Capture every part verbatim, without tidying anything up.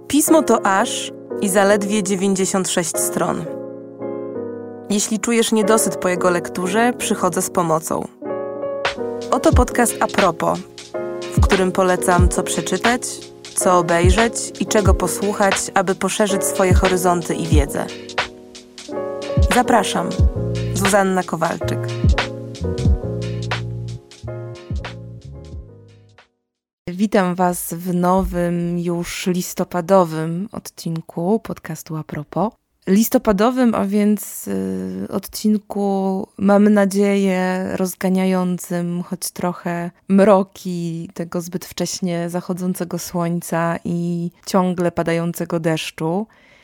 Pismo to aż i zaledwie dziewięćdziesiąt sześć stron. Jeśli czujesz niedosyt po jego lekturze, przychodzę z pomocą. Oto podcast A propos, w którym polecam co przeczytać, co obejrzeć i czego posłuchać, aby poszerzyć swoje horyzonty i wiedzę. Zapraszam, Zuzanna Kowalczyk. Witam Was w nowym, już listopadowym odcinku podcastu A propos. Listopadowym, a więc y, odcinku, mam nadzieję, rozganiającym choć trochę mroki tego zbyt wcześnie zachodzącego słońca i ciągle padającego deszczu.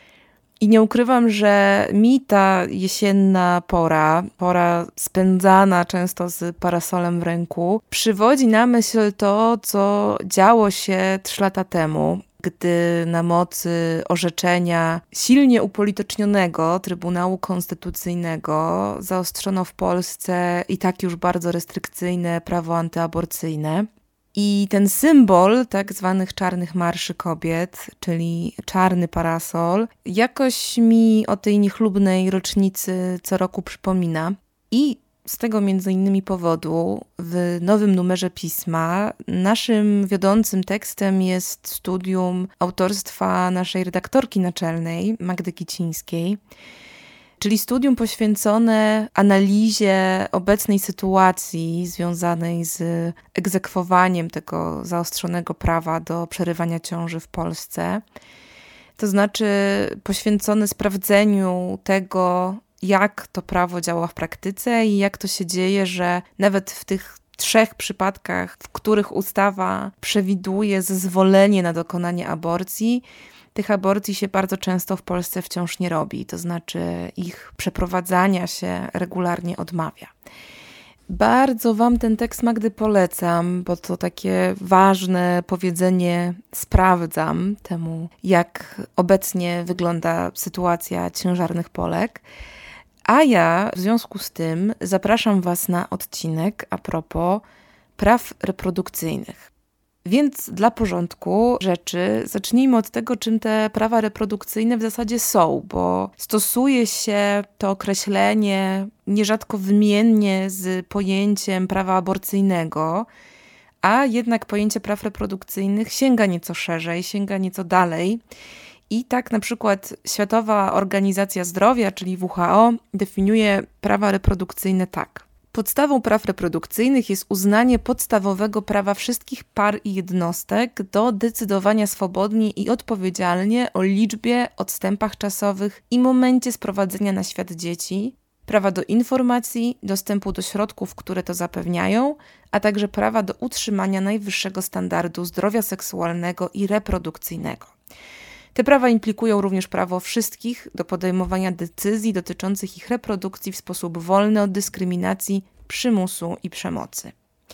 I nie ukrywam, że mi ta jesienna pora, pora spędzana często z parasolem w ręku, przywodzi na myśl to, co działo się trzy lata temu, gdy na mocy orzeczenia silnie upolitycznionego Trybunału Konstytucyjnego zaostrzono w Polsce i tak już bardzo restrykcyjne prawo antyaborcyjne. I ten symbol tak zwanych czarnych marszy kobiet, czyli czarny parasol, jakoś mi o tej niechlubnej rocznicy co roku przypomina. I z tego między innymi powodu w nowym numerze pisma naszym wiodącym tekstem jest studium autorstwa naszej redaktorki naczelnej, Magdy Kicińskiej, czyli studium poświęcone analizie obecnej sytuacji związanej z egzekwowaniem tego zaostrzonego prawa do przerywania ciąży w Polsce. To znaczy poświęcone sprawdzeniu tego, jak to prawo działa w praktyce i jak to się dzieje, że nawet w tych trzech przypadkach, w których ustawa przewiduje zezwolenie na dokonanie aborcji, tych aborcji się bardzo często w Polsce wciąż nie robi, to znaczy ich przeprowadzania się regularnie odmawia. Bardzo Wam ten tekst Magdy polecam, bo to takie ważne powiedzenie sprawdzam temu, jak obecnie wygląda sytuacja ciężarnych Polek. A ja w związku z tym zapraszam Was na odcinek a propos praw reprodukcyjnych. Więc dla porządku rzeczy zacznijmy od tego, czym te prawa reprodukcyjne w zasadzie są, bo stosuje się to określenie nierzadko wymiennie z pojęciem prawa aborcyjnego, a jednak pojęcie praw reprodukcyjnych sięga nieco szerzej, sięga nieco dalej. I tak na przykład Światowa Organizacja Zdrowia, czyli W H O, definiuje prawa reprodukcyjne tak. Podstawą praw reprodukcyjnych jest uznanie podstawowego prawa wszystkich par i jednostek do decydowania swobodnie i odpowiedzialnie o liczbie, odstępach czasowych i momencie sprowadzenia na świat dzieci, prawa do informacji, dostępu do środków, które to zapewniają, a także prawa do utrzymania najwyższego standardu zdrowia seksualnego i reprodukcyjnego. Te prawa implikują również prawo wszystkich do podejmowania decyzji dotyczących ich reprodukcji w sposób wolny od dyskryminacji, przymusu i przemocy.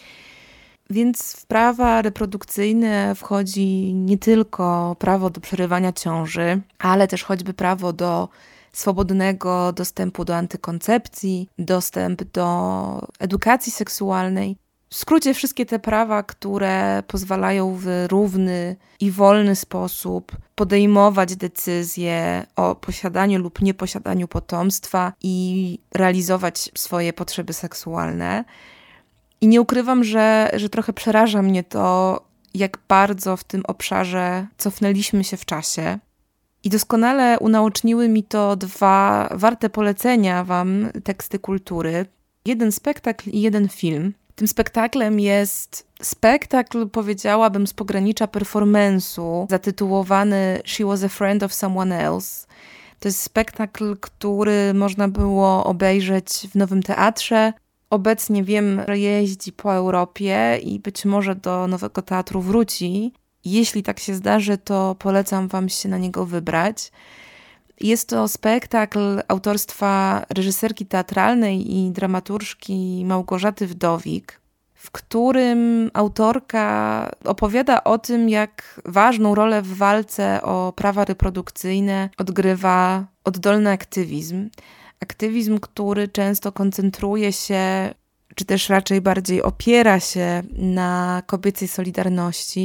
Więc w prawa reprodukcyjne wchodzi nie tylko prawo do przerywania ciąży, ale też choćby prawo do swobodnego dostępu do antykoncepcji, dostęp do edukacji seksualnej. W skrócie wszystkie te prawa, które pozwalają w równy i wolny sposób podejmować decyzje o posiadaniu lub nieposiadaniu potomstwa i realizować swoje potrzeby seksualne. I nie ukrywam, że, że trochę przeraża mnie to, jak bardzo w tym obszarze cofnęliśmy się w czasie. I doskonale unaoczniły mi to dwa warte polecenia Wam teksty kultury. Jeden spektakl i jeden film. Tym spektaklem jest spektakl, powiedziałabym, z pogranicza performance'u, zatytułowany She was a friend of someone else. To jest spektakl, który można było obejrzeć w Nowym Teatrze. Obecnie wiem, że jeździ po Europie i być może do Nowego Teatru wróci. Jeśli tak się zdarzy, to polecam Wam się na niego wybrać. Jest to spektakl autorstwa reżyserki teatralnej i dramaturżki Małgorzaty Wdowik, w którym autorka opowiada o tym, jak ważną rolę w walce o prawa reprodukcyjne odgrywa oddolny aktywizm. Aktywizm, który często koncentruje się, czy też raczej bardziej opiera się na kobiecej solidarności,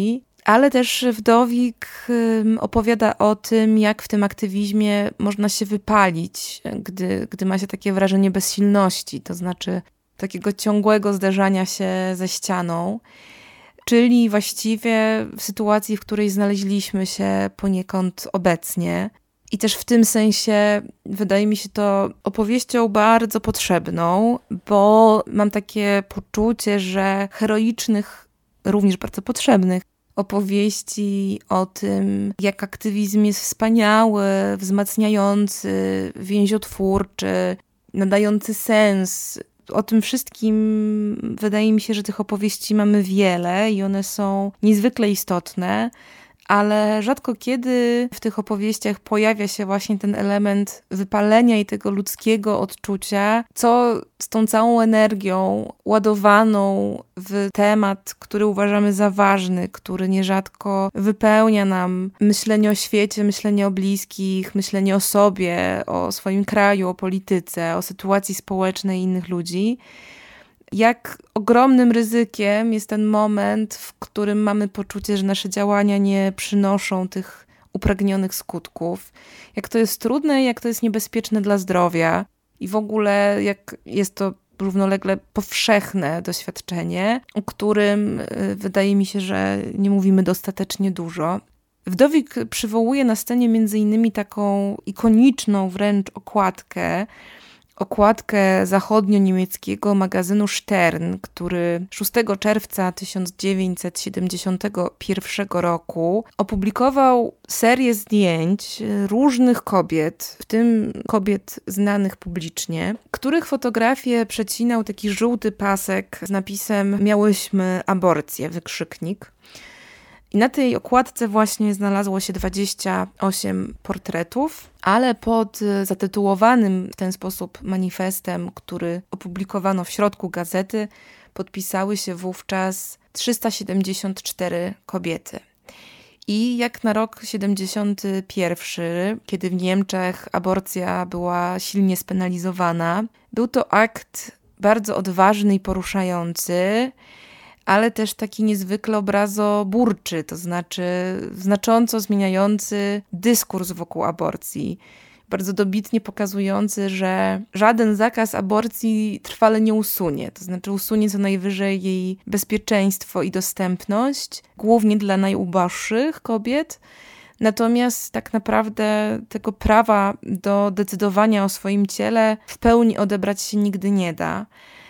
Ale też Wdowik opowiada o tym, jak w tym aktywizmie można się wypalić, gdy, gdy ma się takie wrażenie bezsilności, to znaczy takiego ciągłego zderzania się ze ścianą, czyli właściwie w sytuacji, w której znaleźliśmy się poniekąd obecnie. I też w tym sensie wydaje mi się to opowieścią bardzo potrzebną, bo mam takie poczucie, że heroicznych, również bardzo potrzebnych opowieści o tym, jak aktywizm jest wspaniały, wzmacniający, więziotwórczy, nadający sens. O tym wszystkim wydaje mi się, że tych opowieści mamy wiele i one są niezwykle istotne, ale rzadko kiedy w tych opowieściach pojawia się właśnie ten element wypalenia i tego ludzkiego odczucia, co z tą całą energią ładowaną w temat, który uważamy za ważny, który nierzadko wypełnia nam myślenie o świecie, myślenie o bliskich, myślenie o sobie, o swoim kraju, o polityce, o sytuacji społecznej innych ludzi. Jak ogromnym ryzykiem jest ten moment, w którym mamy poczucie, że nasze działania nie przynoszą tych upragnionych skutków. Jak to jest trudne, jak to jest niebezpieczne dla zdrowia i w ogóle jak jest to równolegle powszechne doświadczenie, o którym wydaje mi się, że nie mówimy dostatecznie dużo. Wdowik przywołuje na scenie między innymi taką ikoniczną wręcz okładkę, okładkę zachodnio-niemieckiego magazynu Stern, który szóstego czerwca tysiąc dziewięćset siedemdziesiątego pierwszego roku opublikował serię zdjęć różnych kobiet, w tym kobiet znanych publicznie, których fotografie przecinał taki żółty pasek z napisem „Miałyśmy aborcję”, wykrzyknik. I na tej okładce właśnie znalazło się dwadzieścia osiem portretów, ale pod zatytułowanym w ten sposób manifestem, który opublikowano w środku gazety, podpisały się wówczas trzysta siedemdziesiąt cztery kobiety. I jak na rok siedemdziesiąty pierwszy, kiedy w Niemczech aborcja była silnie spenalizowana, był to akt bardzo odważny i poruszający, ale też taki niezwykle obrazoburczy, to znaczy znacząco zmieniający dyskurs wokół aborcji. Bardzo dobitnie pokazujący, że żaden zakaz aborcji trwale nie usunie. To znaczy usunie co najwyżej jej bezpieczeństwo i dostępność, głównie dla najuboższych kobiet. Natomiast tak naprawdę tego prawa do decydowania o swoim ciele w pełni odebrać się nigdy nie da.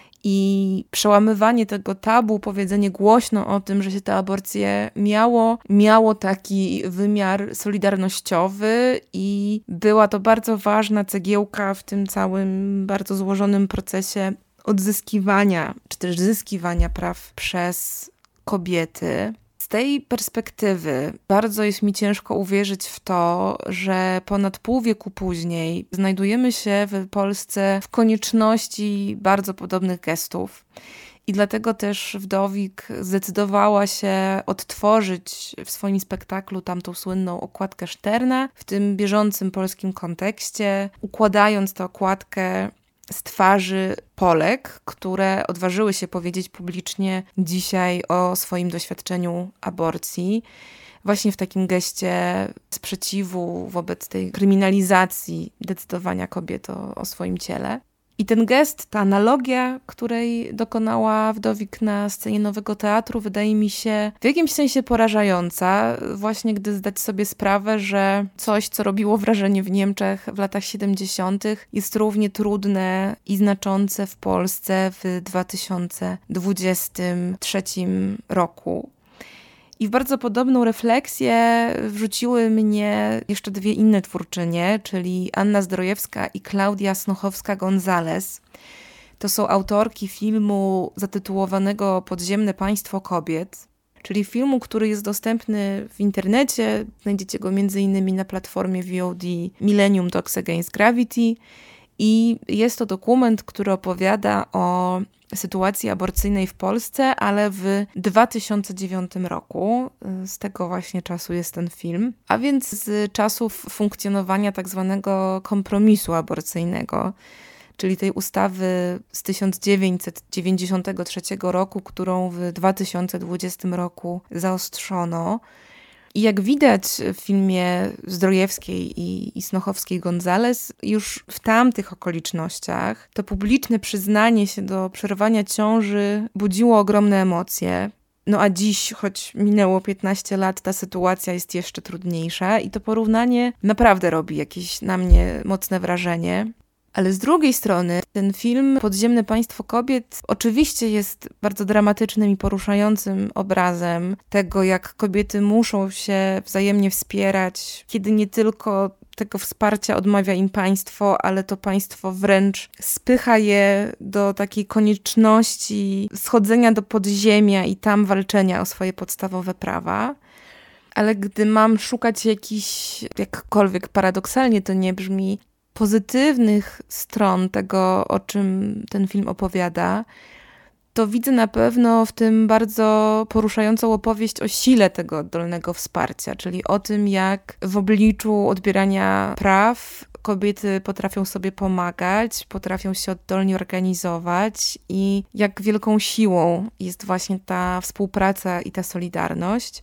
I przełamywanie tego tabu, powiedzenie głośno o tym, że się te aborcje miało, miało taki wymiar solidarnościowy i była to bardzo ważna cegiełka w tym całym bardzo złożonym procesie odzyskiwania, czy też zyskiwania praw przez kobiety. Z tej perspektywy bardzo jest mi ciężko uwierzyć w to, że ponad pół wieku później znajdujemy się w Polsce w konieczności bardzo podobnych gestów. I dlatego też Wdowik zdecydowała się odtworzyć w swoim spektaklu tamtą słynną okładkę Sterna w tym bieżącym polskim kontekście, układając tę okładkę z twarzy Polek, które odważyły się powiedzieć publicznie dzisiaj o swoim doświadczeniu aborcji, właśnie w takim geście sprzeciwu wobec tej kryminalizacji decydowania kobiet o, o swoim ciele. I ten gest, ta analogia, której dokonała Wdowik na scenie Nowego Teatru, wydaje mi się w jakimś sensie porażająca, właśnie gdy zdać sobie sprawę, że coś, co robiło wrażenie w Niemczech w latach siedemdziesiątych jest równie trudne i znaczące w Polsce w dwa tysiące dwudziestym trzecim roku. I w bardzo podobną refleksję wrzuciły mnie jeszcze dwie inne twórczynie, czyli Anna Zdrojewska i Klaudia Snochowska-Gonzalez. To są autorki filmu zatytułowanego Podziemne Państwo Kobiet, czyli filmu, który jest dostępny w internecie. Znajdziecie go między innymi na platformie V O D Millennium Dogs Against Gravity. I jest to dokument, który opowiada o sytuacji aborcyjnej w Polsce, ale w dwa tysiące dziewiątym roku. Z tego właśnie czasu jest ten film. A więc z czasów funkcjonowania tak zwanego kompromisu aborcyjnego, czyli tej ustawy z tysiąc dziewięćset dziewięćdziesiątego trzeciego roku, którą w dwa tysiące dwudziestym roku zaostrzono. I jak widać w filmie Zdrojewskiej i, i Snochowskiej-Gonzalez, już w tamtych okolicznościach to publiczne przyznanie się do przerwania ciąży budziło ogromne emocje. No a dziś, choć minęło piętnaście lat, ta sytuacja jest jeszcze trudniejsza i to porównanie naprawdę robi jakieś na mnie mocne wrażenie. Ale z drugiej strony ten film Podziemne Państwo Kobiet oczywiście jest bardzo dramatycznym i poruszającym obrazem tego, jak kobiety muszą się wzajemnie wspierać, kiedy nie tylko tego wsparcia odmawia im państwo, ale to państwo wręcz spycha je do takiej konieczności schodzenia do podziemia i tam walczenia o swoje podstawowe prawa. Ale gdy mam szukać jakichś, jakkolwiek paradoksalnie to nie brzmi, pozytywnych stron tego, o czym ten film opowiada, to widzę na pewno w tym bardzo poruszającą opowieść o sile tego oddolnego wsparcia, czyli o tym, jak w obliczu odbierania praw kobiety potrafią sobie pomagać, potrafią się oddolnie organizować i jak wielką siłą jest właśnie ta współpraca i ta solidarność.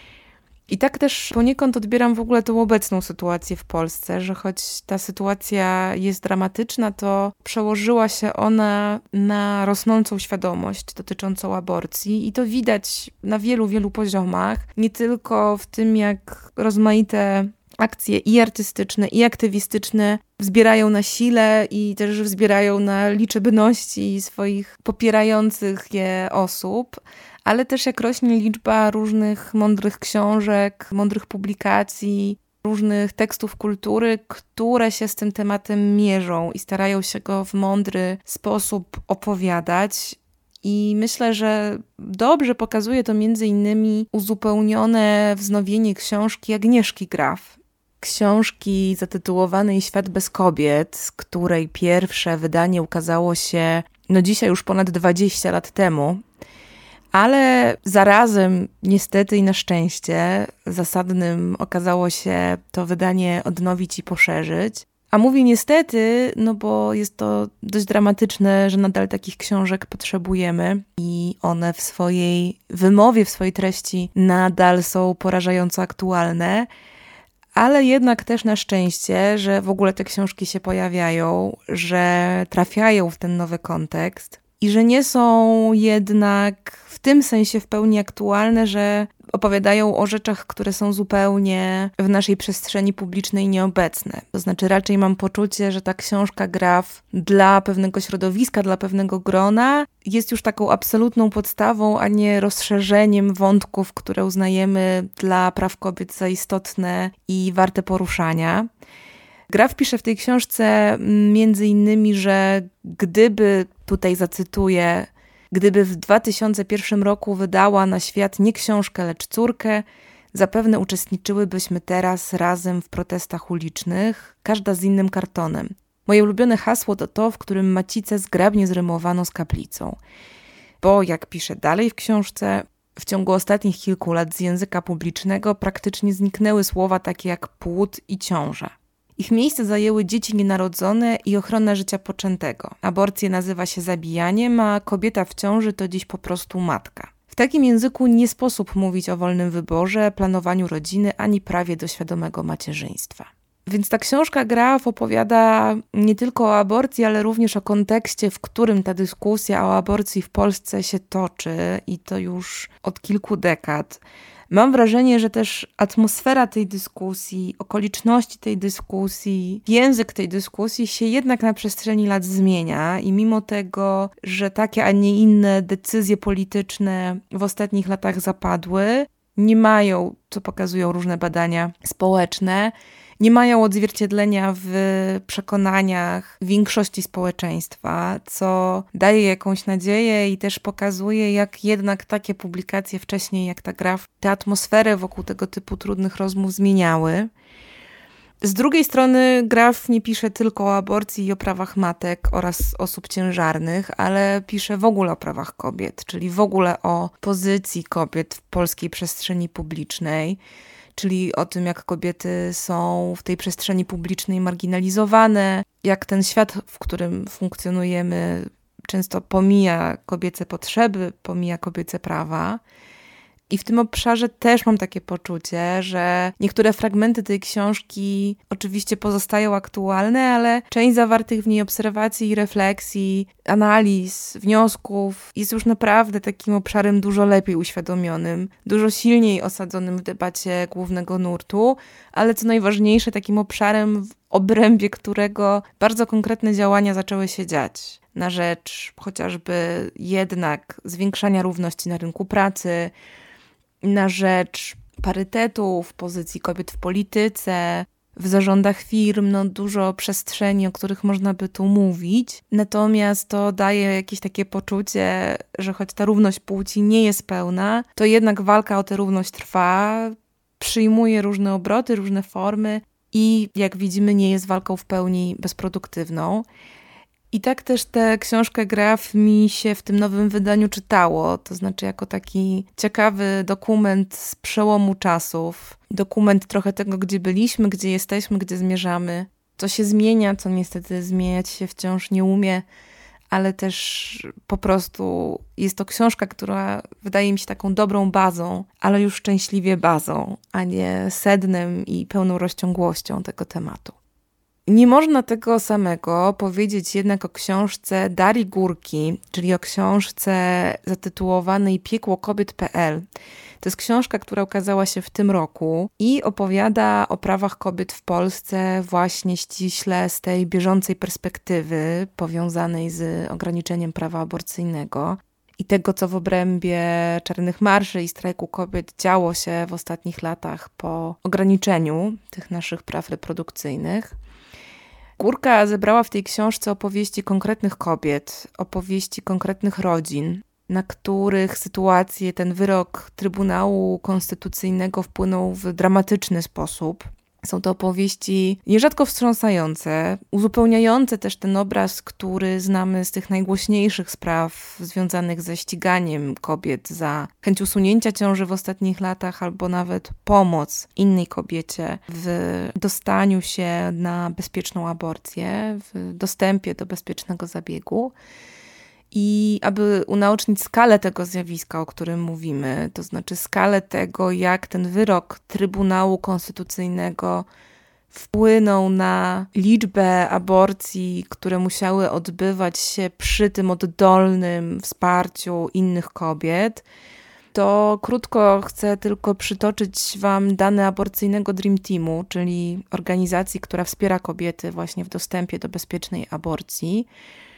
I tak też poniekąd odbieram w ogóle tą obecną sytuację w Polsce, że choć ta sytuacja jest dramatyczna, to przełożyła się ona na rosnącą świadomość dotyczącą aborcji i to widać na wielu, wielu poziomach. Nie tylko w tym, jak rozmaite akcje i artystyczne, i aktywistyczne wzbierają na sile i też wzbierają na liczebności swoich popierających je osób, ale też jak rośnie liczba różnych mądrych książek, mądrych publikacji, różnych tekstów kultury, które się z tym tematem mierzą i starają się go w mądry sposób opowiadać. I myślę, że dobrze pokazuje to między innymi uzupełnione wznowienie książki Agnieszki Graf. Książki zatytułowanej Świat bez kobiet, której pierwsze wydanie ukazało się no dzisiaj już ponad dwadzieścia lat temu. Ale zarazem, niestety i na szczęście, zasadnym okazało się to wydanie odnowić i poszerzyć. A mówię niestety, no bo jest to dość dramatyczne, że nadal takich książek potrzebujemy i one w swojej wymowie, w swojej treści nadal są porażająco aktualne. Ale jednak też na szczęście, że w ogóle te książki się pojawiają, że trafiają w ten nowy kontekst i że nie są jednak w tym sensie w pełni aktualne, że opowiadają o rzeczach, które są zupełnie w naszej przestrzeni publicznej nieobecne. To znaczy raczej mam poczucie, że ta książka Graf dla pewnego środowiska, dla pewnego grona jest już taką absolutną podstawą, a nie rozszerzeniem wątków, które uznajemy dla praw kobiet za istotne i warte poruszania. Graf pisze w tej książce między innymi, że gdyby, tutaj zacytuję, gdyby w dwa tysiące pierwszym roku wydała na świat nie książkę, lecz córkę, zapewne uczestniczyłybyśmy teraz razem w protestach ulicznych, każda z innym kartonem. Moje ulubione hasło to to, w którym macicę zgrabnie zrymowano z kaplicą. Bo, jak pisze dalej w książce, w ciągu ostatnich kilku lat z języka publicznego praktycznie zniknęły słowa takie jak płód i ciąża. Ich miejsce zajęły dzieci nienarodzone i ochrona życia poczętego. Aborcję nazywa się zabijaniem, a kobieta w ciąży to dziś po prostu matka. W takim języku nie sposób mówić o wolnym wyborze, planowaniu rodziny, ani prawie do świadomego macierzyństwa. Więc ta książka Graf opowiada nie tylko o aborcji, ale również o kontekście, w którym ta dyskusja o aborcji w Polsce się toczy i to już od kilku dekad. Mam wrażenie, że też atmosfera tej dyskusji, okoliczności tej dyskusji, język tej dyskusji się jednak na przestrzeni lat zmienia i mimo tego, że takie, a nie inne decyzje polityczne w ostatnich latach zapadły, nie mają, co pokazują różne badania społeczne, nie mają odzwierciedlenia w przekonaniach większości społeczeństwa, co daje jakąś nadzieję i też pokazuje, jak jednak takie publikacje wcześniej, jak ta Graf, tę atmosferę wokół tego typu trudnych rozmów zmieniały. Z drugiej strony Graf nie pisze tylko o aborcji i o prawach matek oraz osób ciężarnych, ale pisze w ogóle o prawach kobiet, czyli w ogóle o pozycji kobiet w polskiej przestrzeni publicznej. czyli o tym, jak kobiety są w tej przestrzeni publicznej marginalizowane, jak ten świat, w którym funkcjonujemy, często pomija kobiece potrzeby, pomija kobiece prawa. I w tym obszarze też mam takie poczucie, że niektóre fragmenty tej książki oczywiście pozostają aktualne, ale część zawartych w niej obserwacji i refleksji, analiz, wniosków jest już naprawdę takim obszarem dużo lepiej uświadomionym, dużo silniej osadzonym w debacie głównego nurtu, ale co najważniejsze, takim obszarem, w obrębie którego bardzo konkretne działania zaczęły się dziać na rzecz chociażby jednak zwiększania równości na rynku pracy, na rzecz parytetu w pozycji kobiet w polityce, w zarządach firm, no dużo przestrzeni, o których można by tu mówić. Natomiast to daje jakieś takie poczucie, że choć ta równość płci nie jest pełna, to jednak walka o tę równość trwa, przyjmuje różne obroty, różne formy i jak widzimy nie jest walką w pełni bezproduktywną. I tak też tę książkę Graf mi się w tym nowym wydaniu czytało, to znaczy jako taki ciekawy dokument z przełomu czasów, dokument trochę tego, gdzie byliśmy, gdzie jesteśmy, gdzie zmierzamy, co się zmienia, co niestety zmieniać się wciąż nie umie, ale też po prostu jest to książka, która wydaje mi się taką dobrą bazą, ale już szczęśliwie bazą, a nie sednem i pełną rozciągłością tego tematu. Nie można tego samego powiedzieć jednak o książce Darii Górki, czyli o książce zatytułowanej Piekło kobiet kropka pe el. To jest książka, która ukazała się w tym roku i opowiada o prawach kobiet w Polsce właśnie ściśle z tej bieżącej perspektywy powiązanej z ograniczeniem prawa aborcyjnego i tego, co w obrębie czarnych marszy i strajku kobiet działo się w ostatnich latach po ograniczeniu tych naszych praw reprodukcyjnych. Górka zebrała w tej książce opowieści konkretnych kobiet, opowieści konkretnych rodzin, na których sytuację ten wyrok Trybunału Konstytucyjnego wpłynął w dramatyczny sposób. Są to opowieści nierzadko wstrząsające, uzupełniające też ten obraz, który znamy z tych najgłośniejszych spraw związanych ze ściganiem kobiet za chęć usunięcia ciąży w ostatnich latach albo nawet pomoc innej kobiecie w dostaniu się na bezpieczną aborcję, w dostępie do bezpiecznego zabiegu. I aby unaocznić skalę tego zjawiska, o którym mówimy, to znaczy skalę tego, jak ten wyrok Trybunału Konstytucyjnego wpłynął na liczbę aborcji, które musiały odbywać się przy tym oddolnym wsparciu innych kobiet, to krótko chcę tylko przytoczyć Wam dane aborcyjnego Dream Teamu, czyli organizacji, która wspiera kobiety właśnie w dostępie do bezpiecznej aborcji,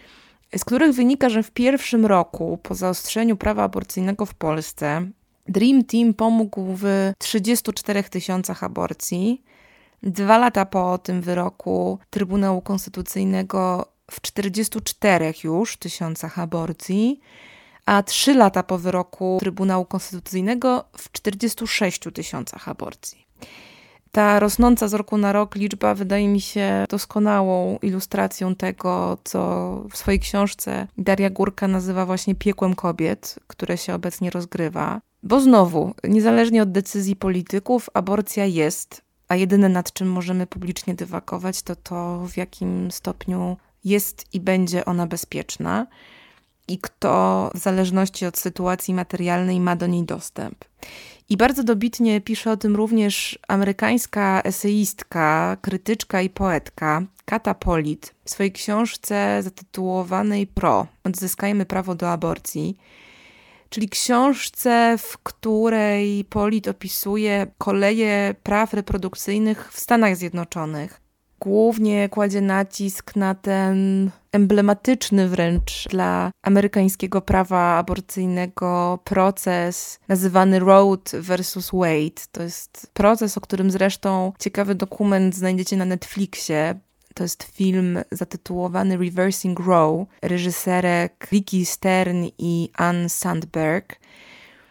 z których wynika, że w pierwszym roku po zaostrzeniu prawa aborcyjnego w Polsce Dream Team pomógł w trzydziestu czterech tysiącach aborcji. Dwa lata po tym wyroku Trybunału Konstytucyjnego w czterdziestu czterech już tysiącach aborcji, a trzy lata po wyroku Trybunału Konstytucyjnego w czterdziestu sześciu tysiącach aborcji. Ta rosnąca z roku na rok liczba wydaje mi się doskonałą ilustracją tego, co w swojej książce Daria Górka nazywa właśnie piekłem kobiet, które się obecnie rozgrywa. Bo znowu, niezależnie od decyzji polityków, aborcja jest, a jedyne nad czym możemy publicznie dywagować, to to, w jakim stopniu jest i będzie ona bezpieczna i kto w zależności od sytuacji materialnej ma do niej dostęp. I bardzo dobitnie pisze o tym również amerykańska eseistka, krytyczka i poetka Kata Pollitt w swojej książce zatytułowanej Pro – Odzyskajmy prawo do aborcji, czyli książce, w której Pollitt opisuje koleje praw reprodukcyjnych w Stanach Zjednoczonych. Głównie kładzie nacisk na ten emblematyczny wręcz dla amerykańskiego prawa aborcyjnego proces nazywany Roe versus Wade. To jest proces, o którym zresztą ciekawy dokument znajdziecie na Netflixie. To jest film zatytułowany Reversing Roe, reżyserek Vicky Stern i Ann Sandberg.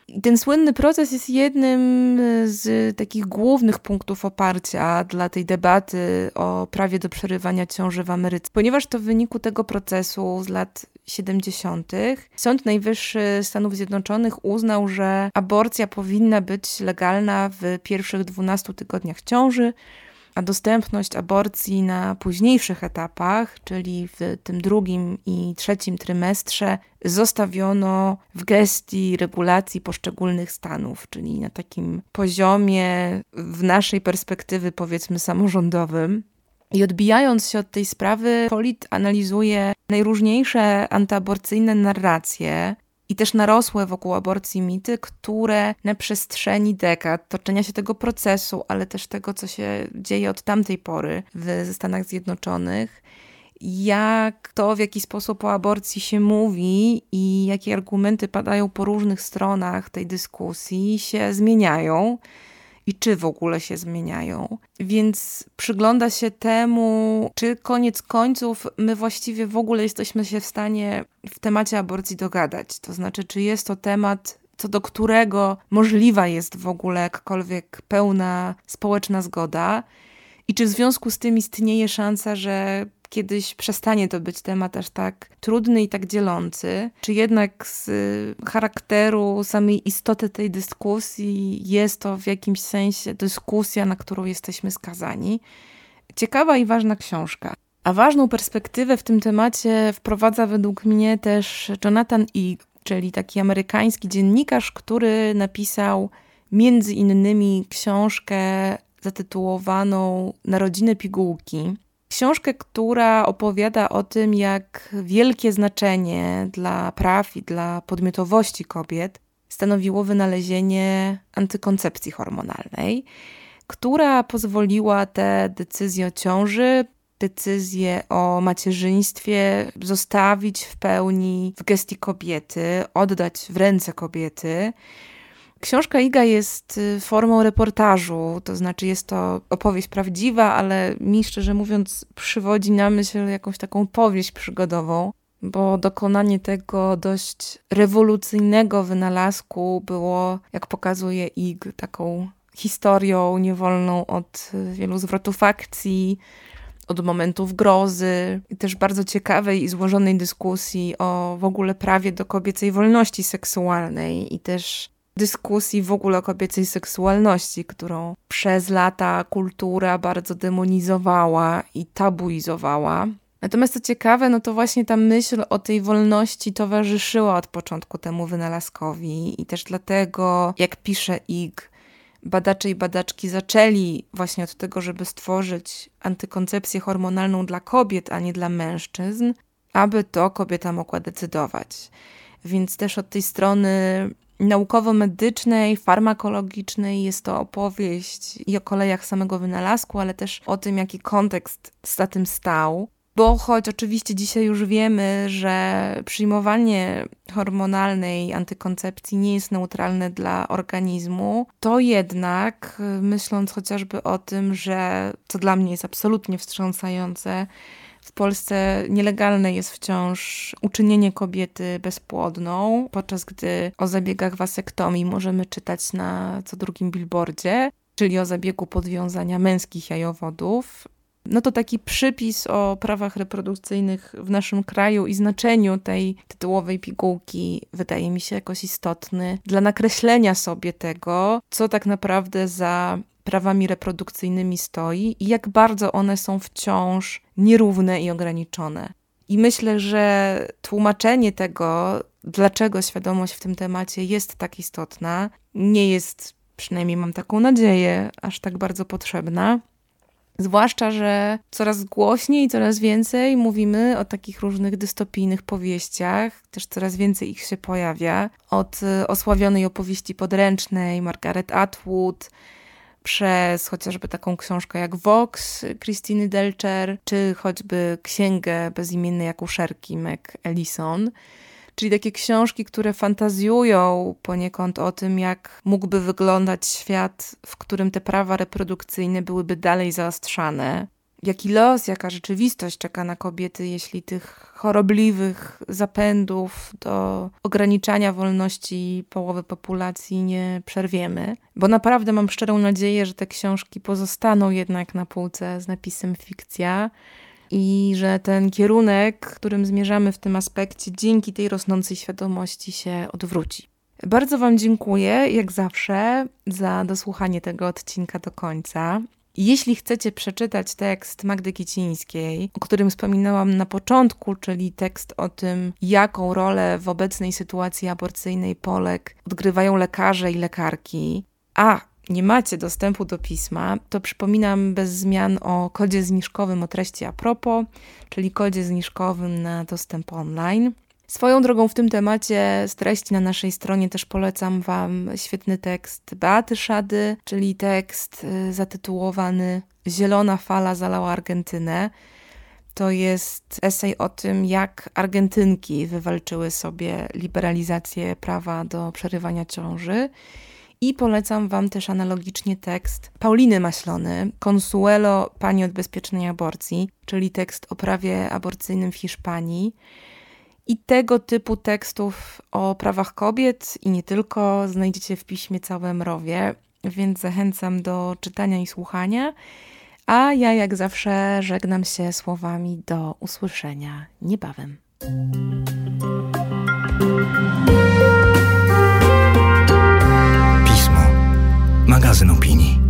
I ten słynny proces jest jednym z takich głównych punktów oparcia dla tej debaty o prawie do przerywania ciąży w Ameryce, ponieważ to w wyniku tego procesu z lat siedemdziesiątych Sąd Najwyższy Stanów Zjednoczonych uznał, że aborcja powinna być legalna w pierwszych dwunastu tygodniach ciąży, a dostępność aborcji na późniejszych etapach, czyli w tym drugim i trzecim trymestrze, zostawiono w gestii regulacji poszczególnych stanów, czyli na takim poziomie w naszej perspektywy, powiedzmy, samorządowym. I odbijając się od tej sprawy, Pollitt analizuje najróżniejsze antyaborcyjne narracje i też narosłe wokół aborcji mity, które na przestrzeni dekad toczenia się tego procesu, ale też tego, co się dzieje od tamtej pory w Stanach Zjednoczonych, jak to, w jaki sposób o aborcji się mówi i jakie argumenty padają po różnych stronach tej dyskusji, się zmieniają i czy w ogóle się zmieniają. Więc przygląda się temu, czy koniec końców my właściwie w ogóle jesteśmy się w stanie w temacie aborcji dogadać. To znaczy, czy jest to temat, co do którego możliwa jest w ogóle jakakolwiek pełna społeczna zgoda i czy w związku z tym istnieje szansa, że kiedyś przestanie to być temat aż tak trudny i tak dzielący, czy jednak z charakteru samej istoty tej dyskusji jest to w jakimś sensie dyskusja, na którą jesteśmy skazani. Ciekawa i ważna książka. A ważną perspektywę w tym temacie wprowadza według mnie też Jonathan Eigg, czyli taki amerykański dziennikarz, który napisał między innymi książkę zatytułowaną Narodziny pigułki. Książkę, która opowiada o tym, jak wielkie znaczenie dla praw i dla podmiotowości kobiet stanowiło wynalezienie antykoncepcji hormonalnej, która pozwoliła te decyzje o ciąży, decyzje o macierzyństwie zostawić w pełni w gestii kobiety, oddać w ręce kobiety. Książka Igga jest formą reportażu, to znaczy jest to opowieść prawdziwa, ale mi szczerze mówiąc przywodzi na myśl jakąś taką powieść przygodową, bo dokonanie tego dość rewolucyjnego wynalazku było, jak pokazuje Igg, taką historią niewolną od wielu zwrotów akcji, od momentów grozy i też bardzo ciekawej i złożonej dyskusji o w ogóle prawie do kobiecej wolności seksualnej i też dyskusji w ogóle o kobiecej seksualności, którą przez lata kultura bardzo demonizowała i tabuizowała. Natomiast co ciekawe, no to właśnie ta myśl o tej wolności towarzyszyła od początku temu wynalazkowi i też dlatego, jak pisze Igg, badacze i badaczki zaczęli właśnie od tego, żeby stworzyć antykoncepcję hormonalną dla kobiet, a nie dla mężczyzn, aby to kobieta mogła decydować. Więc też od tej strony naukowo-medycznej, farmakologicznej jest to opowieść i o kolejach samego wynalazku, ale też o tym, jaki kontekst za tym stał. Bo choć oczywiście dzisiaj już wiemy, że przyjmowanie hormonalnej antykoncepcji nie jest neutralne dla organizmu, to jednak myśląc chociażby o tym, że co dla mnie jest absolutnie wstrząsające, w Polsce nielegalne jest wciąż uczynienie kobiety bezpłodną, podczas gdy o zabiegach wasektomii możemy czytać na co drugim billboardzie, czyli o zabiegu podwiązania męskich jajowodów. No to taki przypis o prawach reprodukcyjnych w naszym kraju i znaczeniu tej tytułowej pigułki wydaje mi się jakoś istotny dla nakreślenia sobie tego, co tak naprawdę za prawami reprodukcyjnymi stoi i jak bardzo one są wciąż nierówne i ograniczone. I myślę, że tłumaczenie tego, dlaczego świadomość w tym temacie jest tak istotna, nie jest, przynajmniej mam taką nadzieję, aż tak bardzo potrzebna. Zwłaszcza, że coraz głośniej i coraz więcej mówimy o takich różnych dystopijnych powieściach, też coraz więcej ich się pojawia. Od osławionej opowieści podręcznej Margaret Atwood, przez chociażby taką książkę jak Vox Christiny Delcher, czy choćby księgę bezimiennej akuszerki Meg Ellison. Czyli takie książki, które fantazjują poniekąd o tym, jak mógłby wyglądać świat, w którym te prawa reprodukcyjne byłyby dalej zaostrzane. jaki los, jaka rzeczywistość czeka na kobiety, jeśli tych chorobliwych zapędów do ograniczania wolności połowy populacji nie przerwiemy. Bo naprawdę mam szczerą nadzieję, że te książki pozostaną jednak na półce z napisem fikcja i że ten kierunek, którym zmierzamy w tym aspekcie, dzięki tej rosnącej świadomości się odwróci. Bardzo Wam dziękuję, jak zawsze, za dosłuchanie tego odcinka do końca. Jeśli chcecie przeczytać tekst Magdy Kicińskiej, o którym wspominałam na początku, czyli tekst o tym, jaką rolę w obecnej sytuacji aborcyjnej Polek odgrywają lekarze i lekarki, a nie macie dostępu do pisma, to przypominam bez zmian o kodzie zniżkowym o treści a propos, czyli kodzie zniżkowym na dostęp online. Swoją drogą w tym temacie z treści na naszej stronie też polecam Wam świetny tekst Beaty Szady, czyli tekst zatytułowany Zielona fala zalała Argentynę. To jest esej o tym, jak Argentynki wywalczyły sobie liberalizację prawa do przerywania ciąży. I polecam Wam też analogicznie tekst Pauliny Maślony, Consuelo, pani od bezpiecznej aborcji, czyli tekst o prawie aborcyjnym w Hiszpanii. I tego typu tekstów o prawach kobiet i nie tylko znajdziecie w piśmie całe mrowie, więc zachęcam do czytania i słuchania. A ja jak zawsze żegnam się słowami do usłyszenia niebawem. Pismo. Magazyn opinii.